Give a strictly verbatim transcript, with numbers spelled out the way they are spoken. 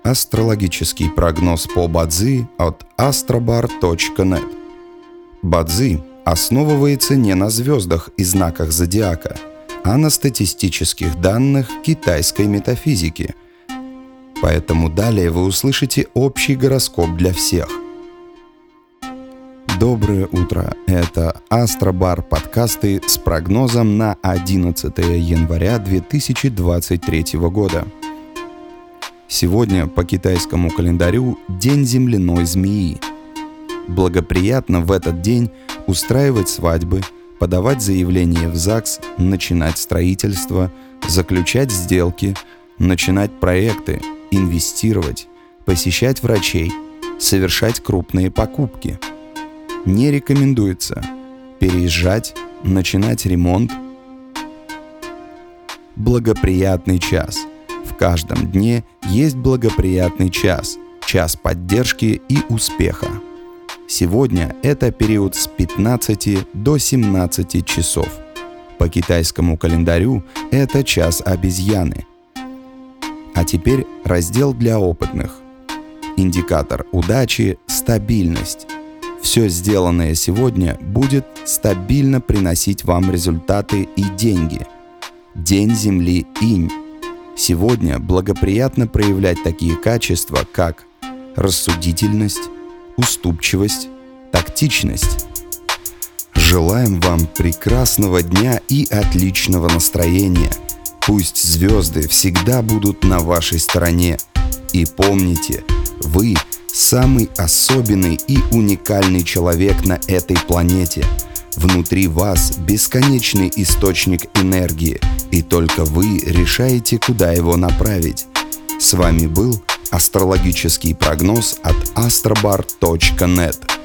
Астрологический прогноз по Бадзи от астробар точка нет. Бадзи основывается не на звездах и знаках зодиака, а на статистических данных китайской метафизики. Поэтому далее вы услышите общий гороскоп для всех. Доброе утро! Это Астробар подкасты с прогнозом на одиннадцатое января две тысячи двадцать третьего года. Сегодня по китайскому календарю День земляной змеи. Благоприятно в этот день устраивать свадьбы, подавать заявления в ЗАГС, начинать строительство, заключать сделки, начинать проекты, инвестировать, посещать врачей, совершать крупные покупки. Не рекомендуется переезжать, начинать ремонт. Благоприятный час. В каждом дне есть благоприятный час, час поддержки и успеха. Сегодня это период с пятнадцати до семнадцати часов. По китайскому календарю это час обезьяны. А теперь раздел для опытных. Индикатор удачи – стабильность. Все сделанное сегодня будет стабильно приносить вам результаты и деньги. День Земли Инь. Сегодня благоприятно проявлять такие качества, как рассудительность, уступчивость, тактичность. Желаем вам прекрасного дня и отличного настроения. Пусть звезды всегда будут на вашей стороне. И помните, вы самый особенный и уникальный человек на этой планете. Внутри вас бесконечный источник энергии, и только вы решаете, куда его направить. С вами был астрологический прогноз от астробар точка нет.